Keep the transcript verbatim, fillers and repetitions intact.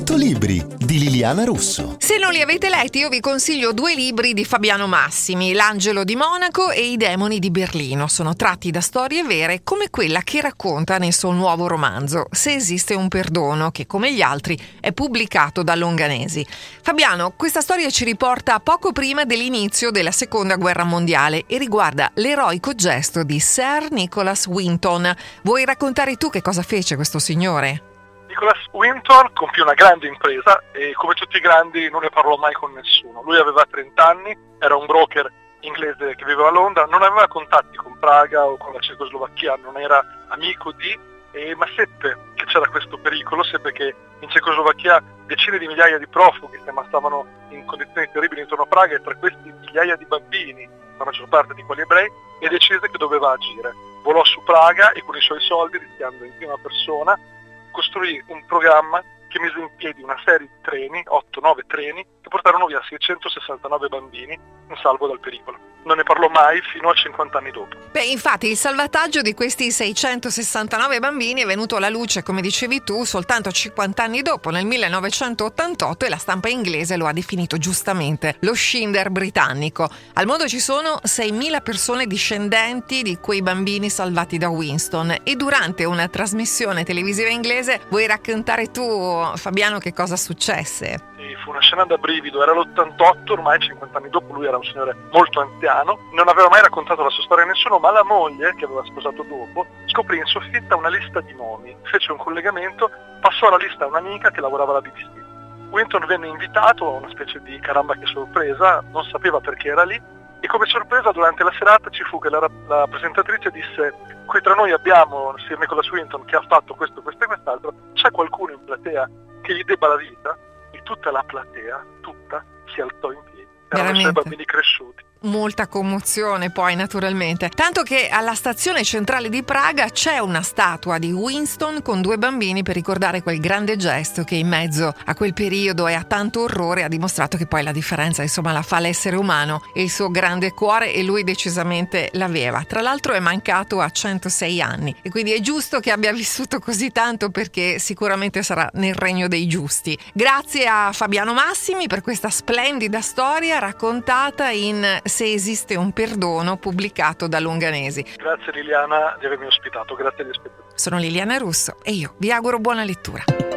cento libri di Liliana Russo. Se non li avete letti, io vi consiglio due libri di Fabiano Massimi, L'Angelo di Monaco e I demoni di Berlino. Sono tratti da storie vere come quella che racconta nel suo nuovo romanzo Se esiste un perdono, che come gli altri è pubblicato da Longanesi. Fabiano, questa storia ci riporta poco prima dell'inizio della Seconda Guerra Mondiale e riguarda l'eroico gesto di Sir Nicholas Winton. Vuoi raccontare tu che cosa fece questo signore? Nicholas Winton compì una grande impresa e come tutti i grandi non ne parlò mai con nessuno. Lui aveva trenta anni, era un broker inglese che viveva a Londra, non aveva contatti con Praga o con la Cecoslovacchia, non era amico di, eh, ma seppe che c'era questo pericolo, seppe che in Cecoslovacchia decine di migliaia di profughi ma stavano in condizioni terribili intorno a Praga e tra questi migliaia di bambini, la maggior parte di quelli ebrei, e decise che doveva agire. Volò su Praga e con i suoi soldi, rischiando in prima persona, costruì un programma che mise in piedi una serie di treni, otto nove treni, che portarono via seicentosessantanove bambini in salvo dal pericolo. Non ne parlò mai fino a cinquanta anni dopo. Beh, infatti il salvataggio di questi seicentosessantanove bambini è venuto alla luce, come dicevi tu, soltanto cinquanta anni dopo, nel millenovecentottantotto, e la stampa inglese lo ha definito giustamente lo Schindler britannico. Al mondo ci sono seimila persone discendenti di quei bambini salvati da Winston e durante una trasmissione televisiva inglese vuoi raccontare tu, Fabiano, che cosa successe? Sì, fu una scena da brivido, era l'ottantotto, ormai cinquanta anni dopo, lui era un signore molto anziano, non aveva mai raccontato la sua storia a nessuno, ma la moglie, che aveva sposato dopo, scoprì in soffitta una lista di nomi, fece un collegamento, passò la lista a un'amica che lavorava alla B B C. Winton venne invitato a una specie di caramba che sorpresa, non sapeva perché era lì, e come sorpresa durante la serata ci fu che la, la presentatrice disse: qui tra noi abbiamo Sir Nicholas Winton che ha fatto questo, questo e quest'altro, c'è qualcuno in platea che gli debba la vita? E tutta la platea, tutta, si alzò in piedi. Erano i suoi bambini cresciuti. Molta commozione poi naturalmente, tanto che alla stazione centrale di Praga c'è una statua di Winston con due bambini per ricordare quel grande gesto che in mezzo a quel periodo e a tanto orrore ha dimostrato che poi la differenza insomma la fa l'essere umano e il suo grande cuore, e lui decisamente l'aveva. Tra l'altro è mancato a centosei anni e quindi è giusto che abbia vissuto così tanto, perché sicuramente sarà nel regno dei giusti. Grazie a Fabiano Massimi per questa splendida storia raccontata in Se esiste un perdono, pubblicato da Longanesi. Grazie Liliana di avermi ospitato, grazie agli spettatori. Sono Liliana Russo e io vi auguro buona lettura.